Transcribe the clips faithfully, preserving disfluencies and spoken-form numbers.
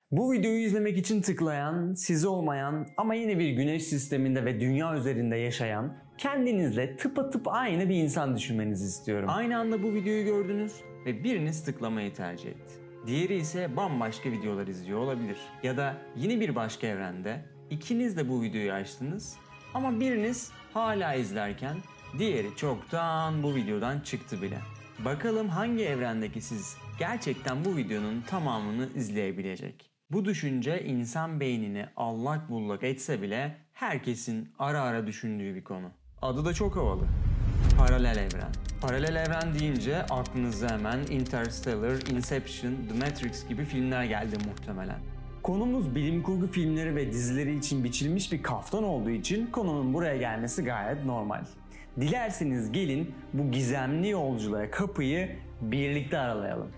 Bu videoyu izlemek için tıklayan, siz olmayan ama yine bir güneş sisteminde ve dünya üzerinde yaşayan, kendinizle tıpatıp aynı bir insan düşünmenizi istiyorum. Aynı anda bu videoyu gördünüz ve biriniz tıklamayı tercih etti. Diğeri ise bambaşka videolar izliyor olabilir. Ya da yine bir başka evrende ikiniz de bu videoyu açtınız ama biriniz hala izlerken diğeri çoktan bu videodan çıktı bile. Bakalım hangi evrendeki siz gerçekten bu videonun tamamını izleyebilecek? Bu düşünce insan beynini allak bullak etse bile herkesin ara ara düşündüğü bir konu. Adı da çok havalı. Paralel evren. Paralel evren deyince aklınıza hemen Interstellar, Inception, The Matrix gibi filmler geldi muhtemelen. Konumuz bilim kurgu filmleri ve dizileri için biçilmiş bir kaftan olduğu için konunun buraya gelmesi gayet normal. Dilerseniz gelin bu gizemli yolculuğa kapıyı birlikte aralayalım.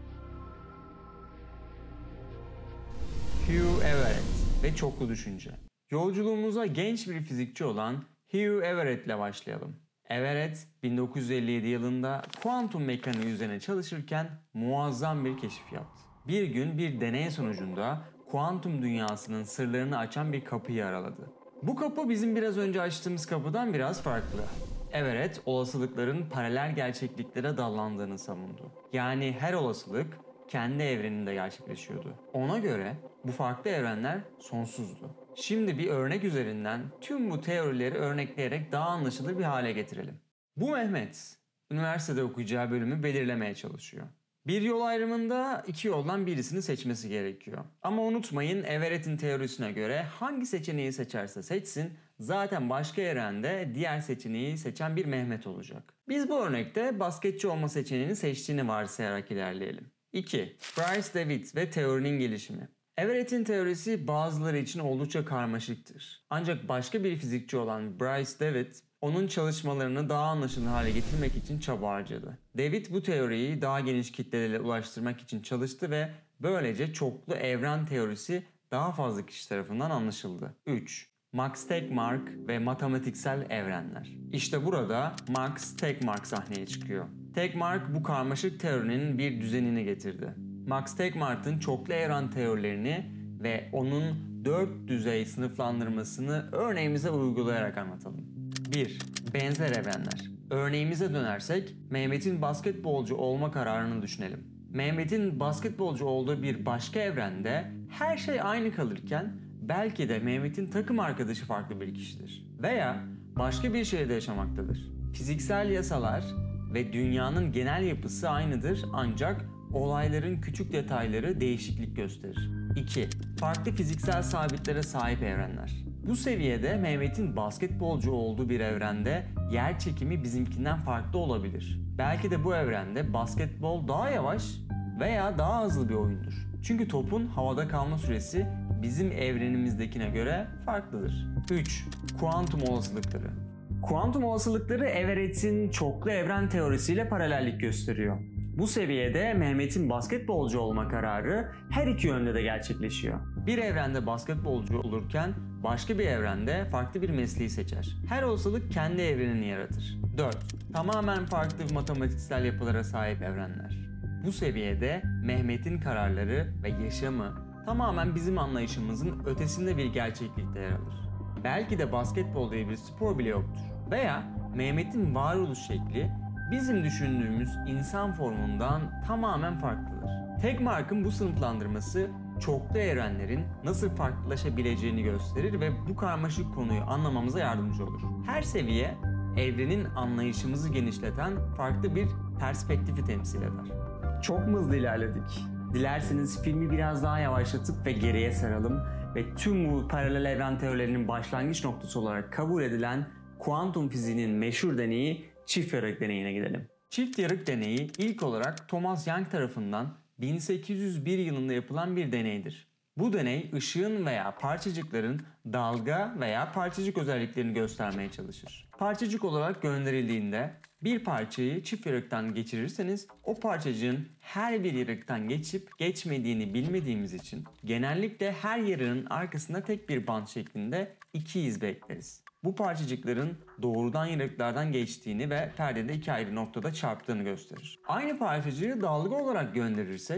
Hugh Everett ve çoklu düşünce. Yolculuğumuza genç bir fizikçi olan Hugh Everett ile başlayalım. Everett bin dokuz yüz elli yedi yılında kuantum mekaniği üzerine çalışırken muazzam bir keşif yaptı. Bir gün bir deney sonucunda kuantum dünyasının sırlarını açan bir kapıyı araladı. Bu kapı bizim biraz önce açtığımız kapıdan biraz farklı. Everett olasılıkların paralel gerçekliklere dallandığını savundu. Yani her olasılık kendi evreninde gerçekleşiyordu. Ona göre bu farklı evrenler sonsuzdu. Şimdi bir örnek üzerinden tüm bu teorileri örnekleyerek daha anlaşılır bir hale getirelim. Bu Mehmet, üniversitede okuyacağı bölümü belirlemeye çalışıyor. Bir yol ayrımında iki yoldan birisini seçmesi gerekiyor. Ama unutmayın, Everett'in teorisine göre hangi seçeneği seçerse seçsin zaten başka evrende diğer seçeneği seçen bir Mehmet olacak. Biz bu örnekte basketçi olma seçeneğini seçtiğini varsayarak ilerleyelim. iki. Bryce David ve teorinin gelişimi. Everett'in teorisi bazıları için oldukça karmaşıktır. Ancak başka bir fizikçi olan Bryce David, onun çalışmalarını daha anlaşılır hale getirmek için çaba harcadı. David bu teoriyi daha geniş kitlelere ulaştırmak için çalıştı ve böylece çoklu evren teorisi daha fazla kişi tarafından anlaşıldı. üç. Max Tegmark ve matematiksel evrenler. İşte burada Max Tegmark sahneye çıkıyor. Tegmark bu karmaşık teorinin bir düzenini getirdi. Max Tegmark'ın çoklu evren teorilerini ve onun dört düzey sınıflandırmasını örneğimize uygulayarak anlatalım. bir. Benzer evrenler. Örneğimize dönersek Mehmet'in basketbolcu olma kararını düşünelim. Mehmet'in basketbolcu olduğu bir başka evrende her şey aynı kalırken belki de Mehmet'in takım arkadaşı farklı bir kişidir. Veya başka bir şehirde yaşamaktadır. Fiziksel yasalar ve dünyanın genel yapısı aynıdır ancak olayların küçük detayları değişiklik gösterir. iki. Farklı fiziksel sabitlere sahip evrenler. Bu seviyede Mehmet'in basketbolcu olduğu bir evrende yer çekimi bizimkinden farklı olabilir. Belki de bu evrende basketbol daha yavaş veya daha hızlı bir oyundur. Çünkü topun havada kalma süresi bizim evrenimizdekine göre farklıdır. üç. Kuantum olasılıkları. Kuantum olasılıkları Everett'in çoklu evren teorisiyle paralellik gösteriyor. Bu seviyede Mehmet'in basketbolcu olma kararı her iki yönde de gerçekleşiyor. Bir evrende basketbolcu olurken başka bir evrende farklı bir mesleği seçer. Her olasılık kendi evrenini yaratır. dört. Tamamen farklı matematiksel yapılara sahip evrenler. Bu seviyede Mehmet'in kararları ve yaşamı tamamen bizim anlayışımızın ötesinde bir gerçeklikte yer alır. Belki de basketbol diye bir spor bile yoktur. Veya Mehmet'in varoluş şekli bizim düşündüğümüz insan formundan tamamen farklıdır. Tegmark'ın bu sınıflandırması çoklu evrenlerin nasıl farklılaşabileceğini gösterir ve bu karmaşık konuyu anlamamıza yardımcı olur. Her seviye evrenin anlayışımızı genişleten farklı bir perspektifi temsil eder. Çok mu hızlı ilerledik? Dilerseniz filmi biraz daha yavaşlatıp ve geriye saralım ve tüm bu paralel evren teorilerinin başlangıç noktası olarak kabul edilen kuantum fiziğinin meşhur deneyi çift yarık deneyine gidelim. Çift yarık deneyi ilk olarak Thomas Young tarafından bin sekiz yüz bir yılında yapılan bir deneydir. Bu deney ışığın veya parçacıkların dalga veya parçacık özelliklerini göstermeye çalışır. Parçacık olarak gönderildiğinde bir parçayı çift yarıktan geçirirseniz o parçacığın her bir yarıktan geçip geçmediğini bilmediğimiz için genellikle her yarığın arkasında tek bir bant şeklinde iki iz bekleriz. Bu parçacıkların doğrudan yarıklardan geçtiğini ve perdede iki ayrı noktada çarptığını gösterir. Aynı parçacığı dalga olarak gönderirsek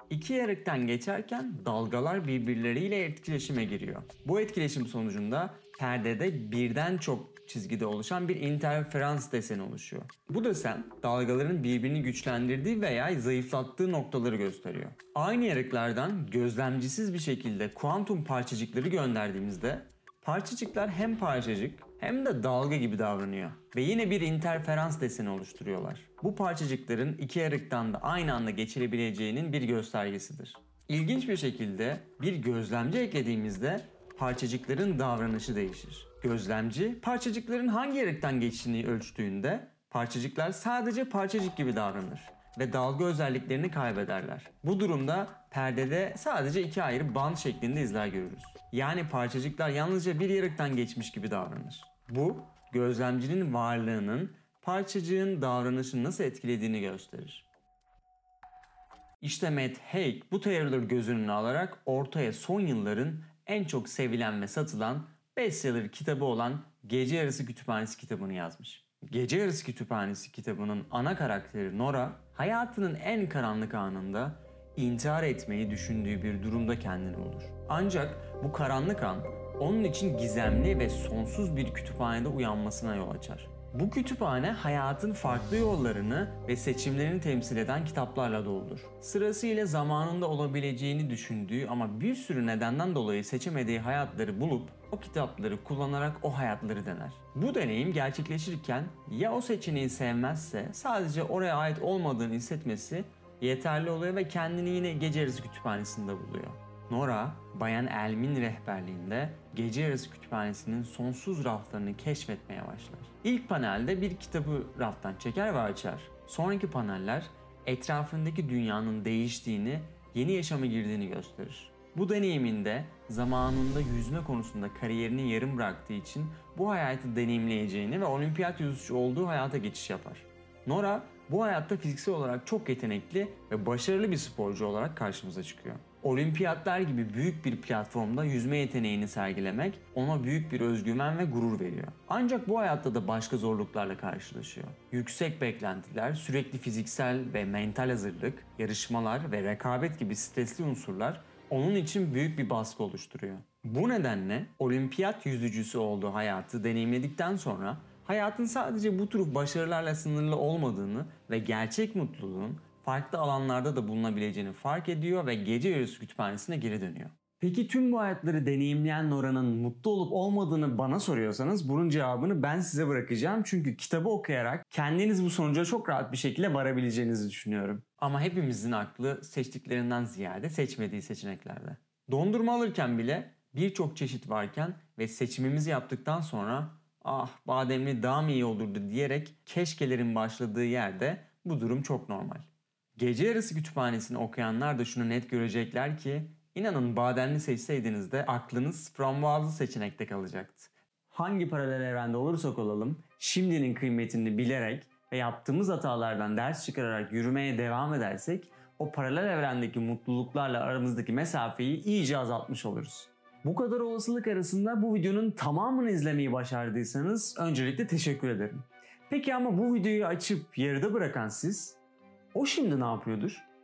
İki yarıktan geçerken dalgalar birbirleriyle etkileşime giriyor. Bu etkileşim sonucunda perdede birden çok çizgide oluşan bir interferans deseni oluşuyor. Bu desen dalgaların birbirini güçlendirdiği veya zayıflattığı noktaları gösteriyor. Aynı yarıklardan gözlemcisiz bir şekilde kuantum parçacıkları gönderdiğimizde parçacıklar hem parçacık hem de dalga gibi davranıyor ve yine bir interferans deseni oluşturuyorlar. Bu parçacıkların iki yarıktan da aynı anda geçirebileceğinin bir göstergesidir. İlginç bir şekilde bir gözlemci eklediğimizde parçacıkların davranışı değişir. Gözlemci parçacıkların hangi yarıktan geçtiğini ölçtüğünde parçacıklar sadece parçacık gibi davranır ve dalga özelliklerini kaybederler. Bu durumda perdede sadece iki ayrı band şeklinde izler görürüz. Yani parçacıklar yalnızca bir yarıktan geçmiş gibi davranır. Bu, gözlemcinin varlığının parçacığın davranışını nasıl etkilediğini gösterir. İşte Matt Haig bu teorileri göz önüne alarak ortaya son yılların en çok sevilen ve satılan bestseller kitabı olan Gece Yarısı Kütüphanesi kitabını yazmış. Gece Yarısı Kütüphanesi kitabının ana karakteri Nora, hayatının en karanlık anında intihar etmeyi düşündüğü bir durumda kendini bulur. Ancak bu karanlık an onun için gizemli ve sonsuz bir kütüphanede uyanmasına yol açar. Bu kütüphane hayatın farklı yollarını ve seçimlerini temsil eden kitaplarla doludur. Sırasıyla zamanında olabileceğini düşündüğü ama bir sürü nedenden dolayı seçemediği hayatları bulup o kitapları kullanarak o hayatları dener. Bu deneyim gerçekleşirken ya o seçeneği sevmezse sadece oraya ait olmadığını hissetmesi yeterli oluyor ve kendini yine Gece Yarısı Kütüphanesi'nde buluyor. Nora, Bayan Elmin rehberliğinde Gece Yarısı Kütüphanesi'nin sonsuz raflarını keşfetmeye başlar. İlk panelde bir kitabı raftan çeker ve açar. Sonraki paneller etrafındaki dünyanın değiştiğini, yeni yaşama girdiğini gösterir. Bu deneyiminde zamanında yüzme konusunda kariyerini yarım bıraktığı için bu hayatı deneyimleyeceğini ve olimpiyat yüzücüsü olduğu hayata geçiş yapar. Nora bu hayatta fiziksel olarak çok yetenekli ve başarılı bir sporcu olarak karşımıza çıkıyor. Olimpiyatlar gibi büyük bir platformda yüzme yeteneğini sergilemek ona büyük bir özgüven ve gurur veriyor. Ancak bu hayatta da başka zorluklarla karşılaşıyor. Yüksek beklentiler, sürekli fiziksel ve mental hazırlık, yarışmalar ve rekabet gibi stresli unsurlar onun için büyük bir baskı oluşturuyor. Bu nedenle olimpiyat yüzücüsü olduğu hayatı deneyimledikten sonra hayatın sadece bu tür başarılarla sınırlı olmadığını ve gerçek mutluluğun farklı alanlarda da bulunabileceğini fark ediyor ve Gece Yarısı Kütüphanesi'ne geri dönüyor. Peki tüm bu hayatları deneyimleyen Nora'nın mutlu olup olmadığını bana soruyorsanız bunun cevabını ben size bırakacağım. Çünkü kitabı okuyarak kendiniz bu sonuca çok rahat bir şekilde varabileceğinizi düşünüyorum. Ama hepimizin aklı seçtiklerinden ziyade seçmediği seçeneklerde. Dondurma alırken bile birçok çeşit varken ve seçimimizi yaptıktan sonra ah bademli daha mı iyi olurdu diyerek keşkelerin başladığı yerde bu durum çok normal. Gece Yarısı Kütüphanesi'ni okuyanlar da şunu net görecekler ki inanın bademli seçseydiniz de aklınız frambuazlı seçenekte kalacaktı. Hangi paralel evrende olursak olalım şimdinin kıymetini bilerek ve yaptığımız hatalardan ders çıkararak yürümeye devam edersek o paralel evrendeki mutluluklarla aramızdaki mesafeyi iyice azaltmış oluruz. Bu kadar olasılık arasında bu videonun tamamını izlemeyi başardıysanız öncelikle teşekkür ederim. Peki ama bu videoyu açıp yarıda bırakan siz, o şimdi ne yapıyordur?